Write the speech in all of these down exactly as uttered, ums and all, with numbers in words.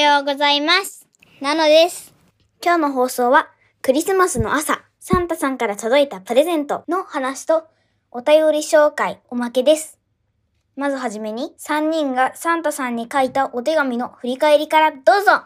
ようございます。ナノです。今日の放送はクリスマスの朝、サンタさんから届いたプレゼントの話とお便り紹介、おまけです。まずはじめにさんにんがサンタさんに書いたお手紙の振り返りからどうぞ。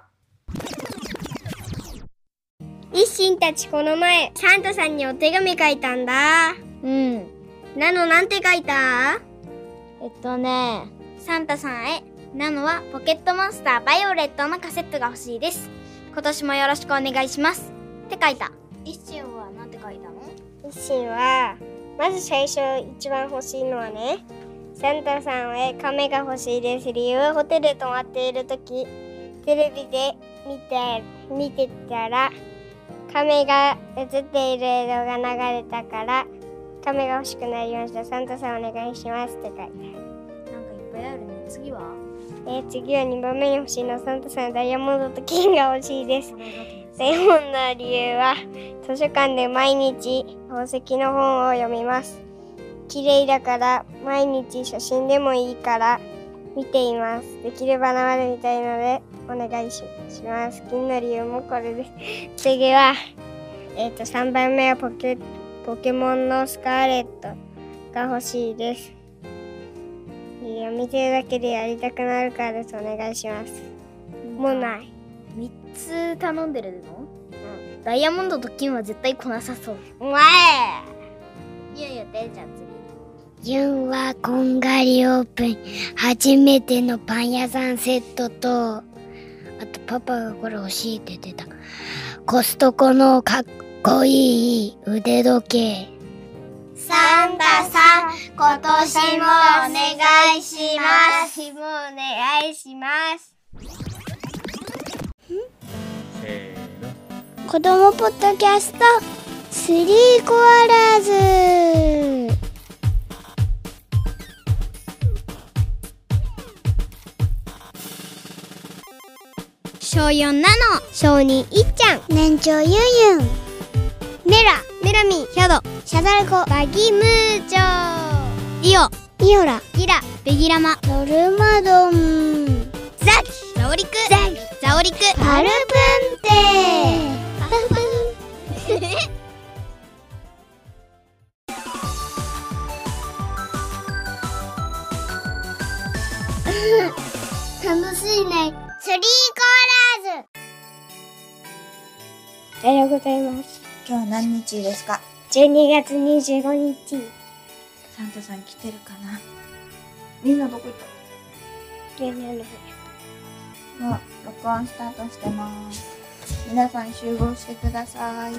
一心たちこの前サンタさんにお手紙書いたんだ。 うん。 ナノなんて書いた？ えっとね、サンタさんへ、ナノはポケットモンスターバイオレットのカセットが欲しいです。今年もよろしくお願いします。って書いた。一心はなんて書いたの？ 一心は、まず最初一番欲しいのはね、サンタさんへ亀が欲しいです。理由はホテルで泊まっているとき、テレビで見て、見てたら、亀が映っている映像が流れたから、亀が欲しくなりました。サンタさんお願いしますって書いてある。 なんかいっぱいあるね。次は？ えー、次はにばんめに欲しいのはサンタさんのダイヤモンドと金が欲しいです。ダイヤモンドの理由は図書館で毎日宝石の本を読みます。綺麗だから毎日写真でもいいから見ています。できれば生で見たいのでお願いします。金の理由もこれです。次は、えー、とさんばんめはポケ、ポケモンのスカーレットが欲しいです。見てるだけでやりたくなるからです。お願いします。もうない。 みっつ頼んでるの？うん。ダイヤモンドと金は絶対来なさそう。 お前言う言ってじゃあ次。 ユンはこんがりオープン初めてのパン屋さんセットと、あとパパがこれ欲しいって言ってたコストコのかっこいい腕時計。 サンタさん、今年もお願いします。もお願いします。 せーの。 子供ポッドキャストスリーコアラーズ。 小よんナノ、 小にいっちゃん、 年長ゆんゆん、 メラ、メラミン、 シャド、シャダルコ、 バギムーチョイオ、 イオラ、 ギラ、ベギラマ、 ノルマドン、 ザキ、ザオリク、ザキ、ザオリク、 パルプンテパフパフ楽しいね。スリーコアラーズ。 おはようございます。 今日は何日ですか？ じゅうにがつにじゅうごにち。 サンタさん来てるかな？みんなどこ行った？ ねえねえねえ。 もう録音スタートしてます。皆さん集合してください。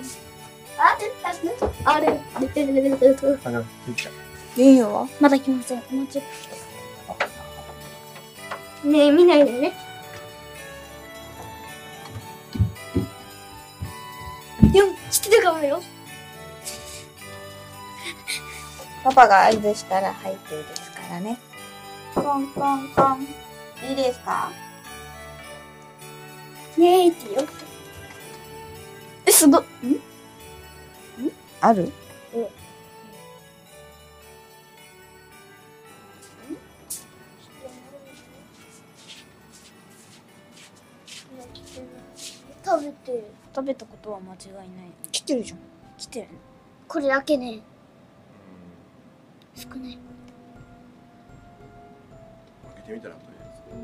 あれ、あれ、あれ、あれ、あれ、あれ、 あの、ゆっちゃん。 ユンユンは？ まだ来ません。もうちょっねえ、見ないでね。よん、知ってるかもよ。 パパが合図したら入っていいですからね。コンコンコン。いいですか？ ねえってよ。え、すごっ。ん？ ある？ え。 食べてる。 食べたことは間違いない。 来てるじゃん。 来てる。 これだけね。少ない。 開けてみたらとりあ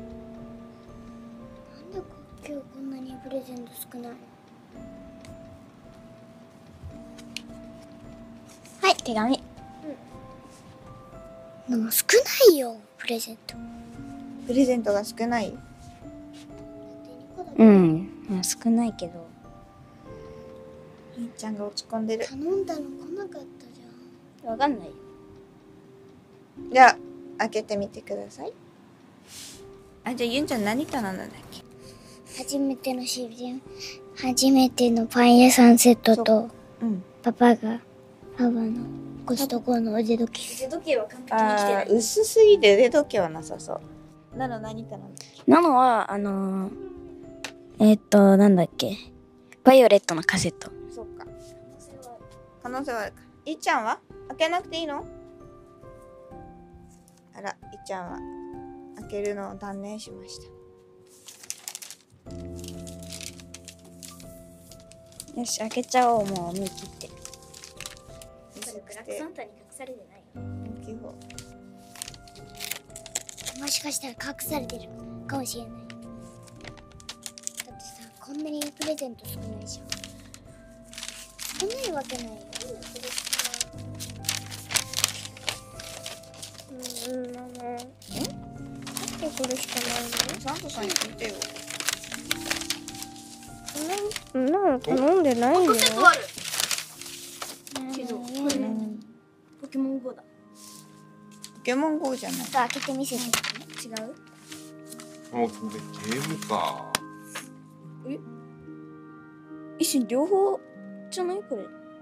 えず。 なんで今日こんなにプレゼント少ない？ はい、手紙。 でも少ないよ、プレゼント。 プレゼントが少ない？ うん、まあ、少ないけど。 ゆっちゃんが落ち込んでる。 頼んだの来なかったじわかんないよ。 じゃあ開けてみてください。あ、じゃあユンちゃん何頼んだんだっけ？ ゃん。初めての シービーエム、初めてのパン屋さんセットと、 うん。 パパがパパのコストコの腕時計。 腕時計は完璧に来てあない。 ー、薄すぎて腕時計はなさそう。なの何頼んだっけ？ ナノは、あのー、えー、っと、なんだっけ。バイオレットのカセット。 そうか。可能性はあるか。いっちゃんは開けなくていいの？あら、いっちゃんは開けるのを断念しました。 よし、開けちゃおう、もう見切って。 これブラックサンタに隠されてないよ。 大きい方。 もしかしたら隠されてるかもしれない。だってさ、こんなにプレゼント少ないじゃん。少ないわけないよ。 うん、うん、なんでこれしかないサンタさんに聞いてよ。 の？なんか頼んでないよ。 カセットある。けどこれね、ポケモンゴーだ。 ポケモン ゴー じゃない。 ちょっと開けてみせて。 違う？ もうこれゲームか。 一瞬両方じゃないこれ。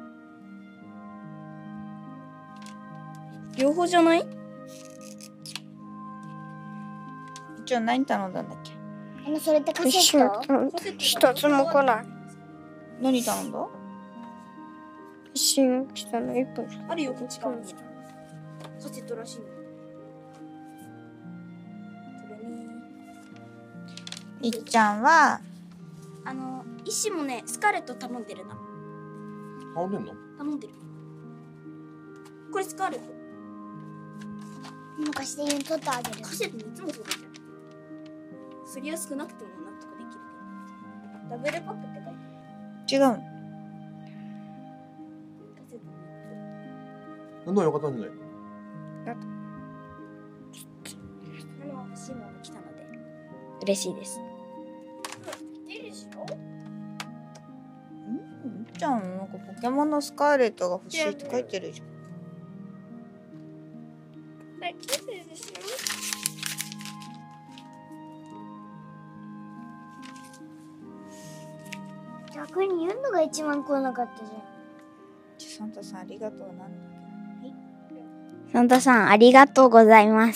両方じゃない？ 一応何頼んだんだっけ？ あの、それってカセ一ット？ 瞬、一つも来ない。 何頼んだ？ 一瞬来たの一本。 あるよこっち側に。カセットらしいの。これね。 いっちゃんはあの石もねスカーレット頼んでるな。 頼んでんの？ 頼んでる。これスカーレット。 昔で言うの取ってあげる。 カセットいつもそうだけど。すりやすくなくてもなんとかできるけど。ダブルパックって書いてある。 違うの。 カセットなんだよかったんじゃない？ あの欲しいもの来たので嬉しいです。いいでしょ？ うんいっちゃんなんかポケモンのスカーレットが欲しいって書いてるじゃん。 はい、来てるでしょ。 逆に言うのが一番来なかったじゃん。 サンタさんありがとうなんだけど。 サンタさんありがとうございます。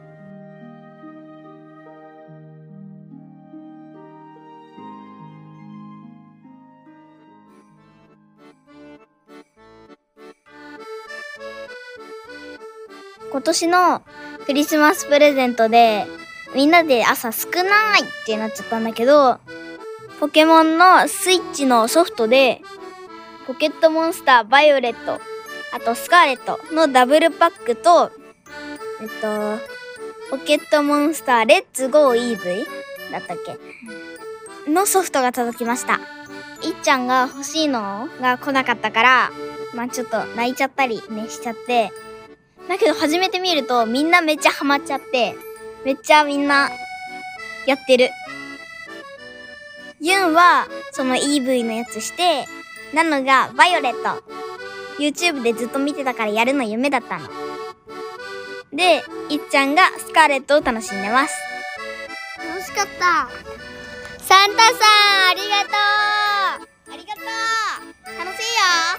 今年のクリスマスプレゼントでみんなで朝少ないってなっちゃったんだけど、ポケモンのスイッチのソフトでポケットモンスターバイオレット、あとスカーレットのダブルパックと、えっとポケットモンスターレッツゴー イーブイ だったっけのソフトが届きました。いっちゃんが欲しいのが来なかったから、まあちょっと泣いちゃったりねしちゃって、だけど初めて見るとみんなめっちゃハマっちゃって、めっちゃみんなやってる。ユンはその イーブイ のやつして、ナノがバイオレット YouTube でずっと見てたからやるの夢だったので、いっちゃんがスカーレットを楽しんでます。 楽しかった。 サンタさんありがとうありがとう楽しい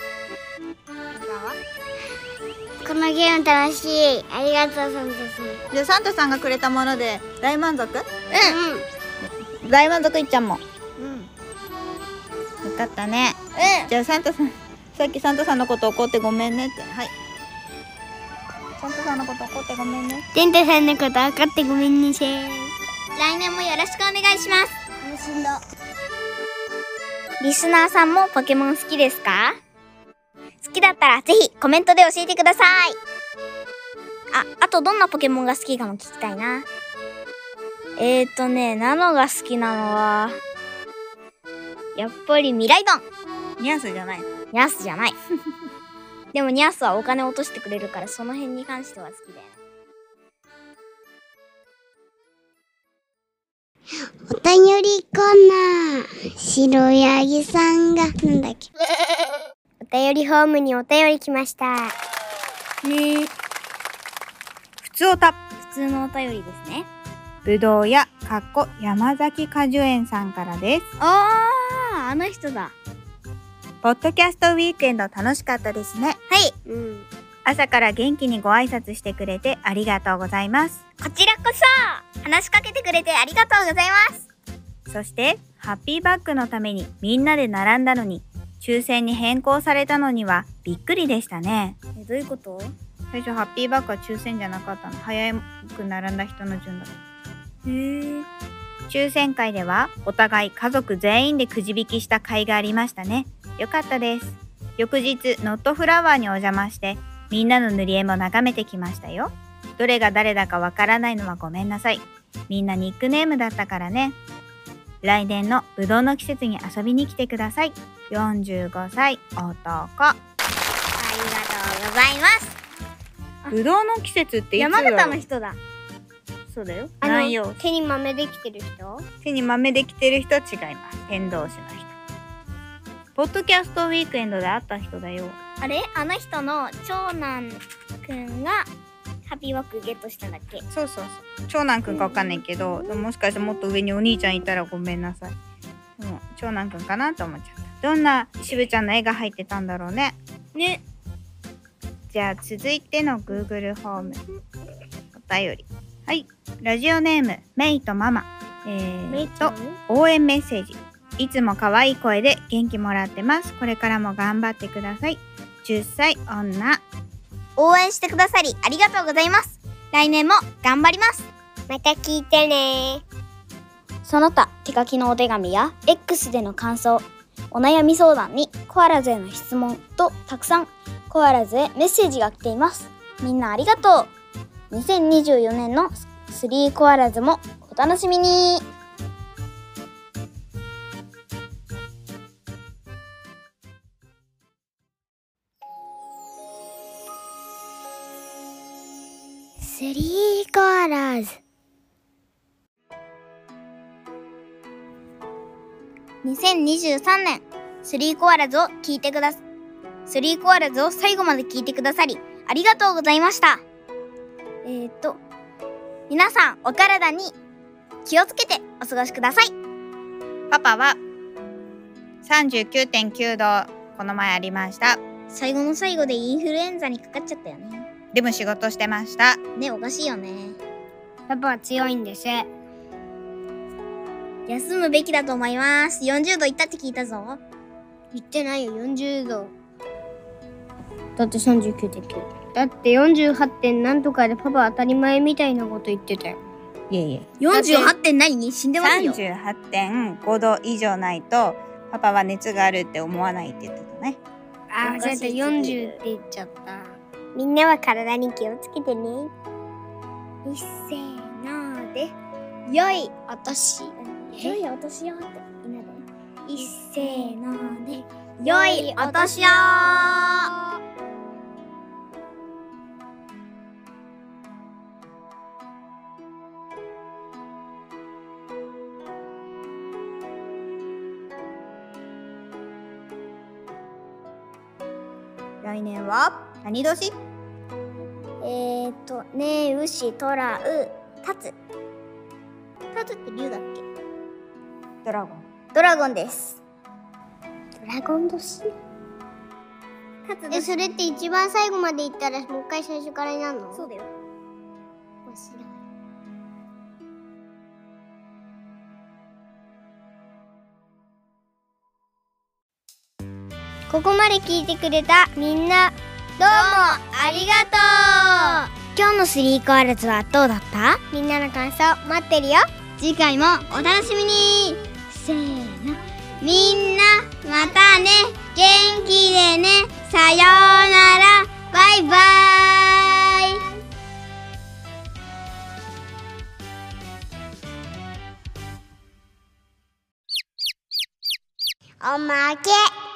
よ。 このゲーム楽しい。ありがとう、サンタさん。 じゃあサンタさんがくれたもので大満足？ うん大満足いっちゃんも。 うん。 よかったね。 うんじゃあサンタさん、さっきサンタさんのこと怒ってごめんねって。はい。サンタさんのこと怒ってごめんね。 サンタさんのこと分かってごめんなさい。 来年もよろしくお願いします。 楽しんだ。 リスナーさんもポケモン好きですか？好きだったらぜひコメントで教えてください。あ、あとどんなポケモンが好きかも聞きたいな。えーとね、ナノが好きなのはやっぱりミライドン。 ニャースじゃない。 ニャースじゃないでもニャースはお金落としてくれるから、その辺に関しては好きだよ。 お便りコーナー。白ヤギさんが、なんだっけ。お便りホームにお便り来ました。 ねえ、 普通おた。 普通のお便りですね。 ぶどうやかっこ山崎果樹園さんからです。 あー、あの人だ。 ポッドキャストウィークエンド楽しかったですね。 はい、 うん。 朝から元気にご挨拶してくれてありがとうございます。 こちらこそ話しかけてくれてありがとうございます。 そしてハッピーバッグのためにみんなで並んだのに抽選に変更されたのにはびっくりでしたね。 え、どういうこと？ 最初ハッピーバッグは抽選じゃなかったの。早く並んだ人の順だった。 へえ。 抽選会ではお互い家族全員でくじ引きした甲斐がありましたね。よかったです。翌日ノットフラワーにお邪魔してみんなの塗り絵も眺めてきましたよ。どれが誰だかわからないのはごめんなさい。みんなニックネームだったからね。来年のぶどうの季節に遊びに来てください。よんじゅうごさい男。 ありがとうございます。 ぶどうの季節っていつだろう。 山形の人だ。 そうだよ。 あ南陽の、手に豆できてる人？ 手に豆できてる人は違います。天童市の人。ポッドキャストウィークエンドで会った人だよ。 あれあの人の長男くんがハッピーバッグゲットしたんだっけ？ そうそうそう。長男くんかわかんないけど、でももしかしてもっと上にお兄ちゃんいたらごめんなさい。でも長男くんかなと思っちゃった。どんなしぶちゃんの絵が入ってたんだろうね。 ね。 じゃあ続いての Google ホームお便り。はい。ラジオネームメイとママ。えーと応援メッセージ。いつも可愛い声で元気もらってます。これからも頑張ってください。じゅっさい女。 応援してくださりありがとうございます。来年も頑張ります。 また聞いてね。 その他手書きのお手紙や X での感想、お悩み相談にコアラズへの質問とたくさんコアラズへメッセージが来ています。みんなありがとう。にせんにじゅうよねんのスリーコアラズもお楽しみに。 スリーコアラーズ。 にせんにじゅうさんねんスリーコアラズを聞いてくださスリーコアラズを最後まで聞いてくださりありがとうございました。えーと皆さんお体に気をつけてお過ごしください。 パパは さんじゅうきゅうてんきゅうどこの前ありました。 最後の最後でインフルエンザにかかっちゃったよね。 でも仕事してました。 ね、おかしいよね。 パパは強いんです。 休むべきだと思います。よんじゅうどいったって聞いたぞ。 言ってないよ、よんじゅうど。だって さんじゅうきゅうてんきゅう。だって よんじゅうはち. 点なんとかでパパ当たり前みたいなこと言ってたよ。 いえいえ。 よんじゅうはちてん何？死んでますよ。 さんじゅうはちてんごど以上ないとパパは熱があるって思わないって言ってたね。 あ、間違えた。よんじゅうって言っちゃった。みんなは体に気をつけてね。いっせーので、良いお年。 良いお年をってみんなで。 いっせーので、 良いお年を。 来年は何年？ えーと、ねうし、とらう、たつ。たつって竜だっけ？ ドラゴン。 ドラゴンです。 ドラゴン年。え、それって一番最後まで行ったらもう一回最初からになるの？ そうだよ。 面白い。ここまで聞いてくれたみんな、どうもありがとう。 今日のスリーコアラズはどうだった？ みんなの感想待ってるよ。 次回もお楽しみに。 せーの。 みんなまたね。元気でね。さようなら。バイバイ。 おまけ。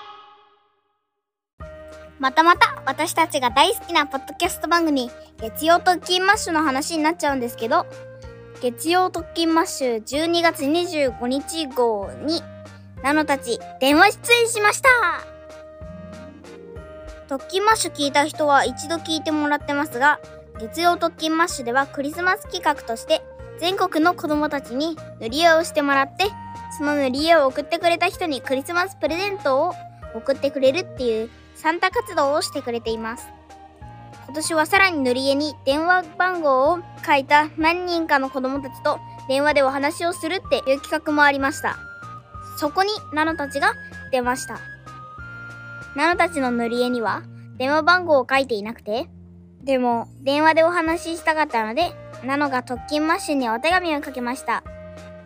またまた私たちが大好きなポッドキャスト番組月曜特勤マッシュの話になっちゃうんですけど、月曜特勤マッシュじゅうにがつにじゅうごにち号にナノたち電話出演しました。特勤マッシュ聞いた人は一度聞いてもらってますが、月曜特勤マッシュではクリスマス企画として全国の子供たちに塗り絵をしてもらって、その塗り絵を送ってくれた人にクリスマスプレゼントを送ってくれるっていうサンタ活動をしてくれています。今年はさらに塗り絵に電話番号を書いた何人かの子供たちと電話でお話をするっていう企画もありました。そこにナノたちが出ました。ナノたちの塗り絵には電話番号を書いていなくて、でも電話でお話ししたかったので、ナノが特勤マッシュにお手紙をかけました。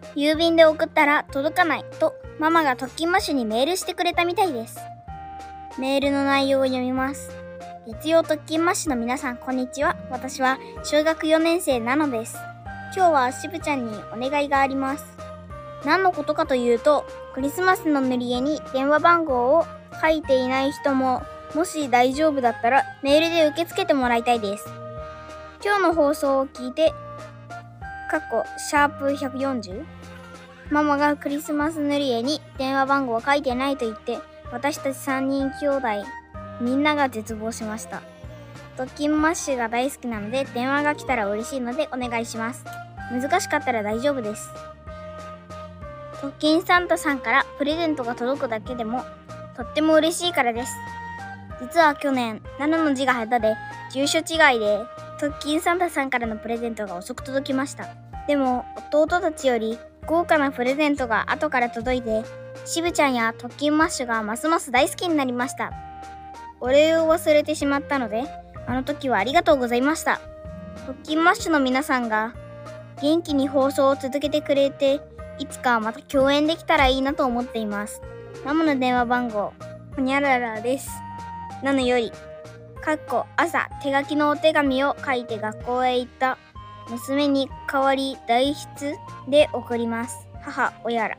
郵便で送ったら届かないとママが特勤マッシュにメールしてくれたみたいです。メールの内容を読みます。月曜特勤マッシュの皆さん、こんにちは。私は小学よねん生なのです。今日はしぶちゃんにお願いがあります。何のことかというと、クリスマスの塗り絵に電話番号を書いていない人も、もし大丈夫だったらメールで受け付けてもらいたいです。今日の放送を聞いて、かっこシャープひゃくよんじゅう、ママがクリスマス塗り絵に電話番号を書いてないと言って、私たちさんにん兄弟みんなが絶望しました。特勤マッシュが大好きなので、電話が来たら嬉しいのでお願いします。難しかったら大丈夫です。特勤サンタさんからプレゼントが届くだけでもとっても嬉しいからです。実は去年ななの字が下手で住所違いで特勤サンタさんからのプレゼントが遅く届きました。でも弟たちより豪華なプレゼントが後から届いて、しぶちゃんや特勤マッシュがますます大好きになりました。お礼を忘れてしまったので、あの時はありがとうございました。特勤マッシュの皆さんが元気に放送を続けてくれて、いつかまた共演できたらいいなと思っています。ママの電話番号、ほにゃららです。なのより、かっこ朝手書きのお手紙を書いて学校へ行った娘に代わり代筆で送ります。母、おやら。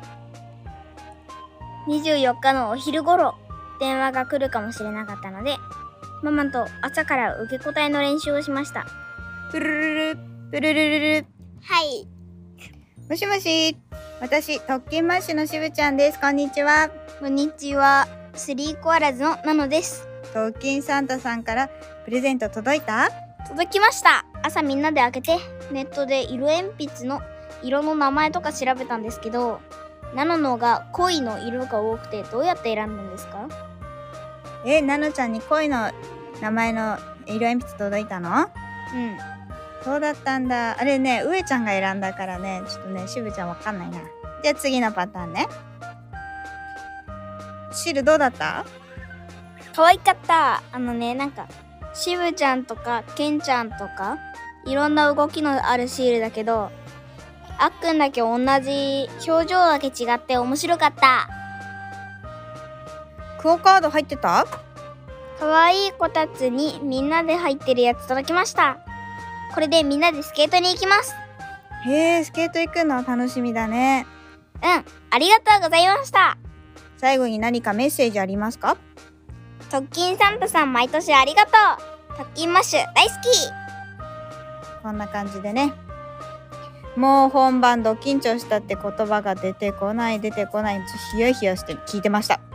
にじゅうよっかのお昼頃、電話が来るかもしれなかったので、ママと朝から受け答えの練習をしました。 プルルルル、プルルルル。 はい。 もしもし、私、特勤マッシュのしぶちゃんです。こんにちは。 こんにちは。スリーコアラズのナノです。 特勤サンタさんからプレゼント届いた？ 届きました。朝みんなで開けて、ネットで色鉛筆の色の名前とか調べたんですけど、ナノのが恋の色が多くて、どうやって選んだんですか？ え、ナノちゃんに恋の名前の色鉛筆届いたの？ うん。 そうだったんだ。あれね、上ちゃんが選んだからね、ちょっとね、しぶちゃんわかんないな。じゃあ次のパターンね。シールどうだった？ 可愛かった。あのね、なんか、しぶちゃんとか、けんちゃんとか、いろんな動きのあるシールだけど、あっくんだけ同じ、表情だけ違って面白かった。 クオカード入ってた？ 可愛いこたつにみんなで入ってるやつ届きました。これでみんなでスケートに行きます。 へえ、スケート行くの楽しみだね。 うん、ありがとうございました。 最後に何かメッセージありますか？ 特勤サンタさん毎年ありがとう。特勤マッシュ大好き。 こんな感じでね。もう本番ド緊張したって言葉が出てこない出てこない。ヒヤヒヤして聞いてました。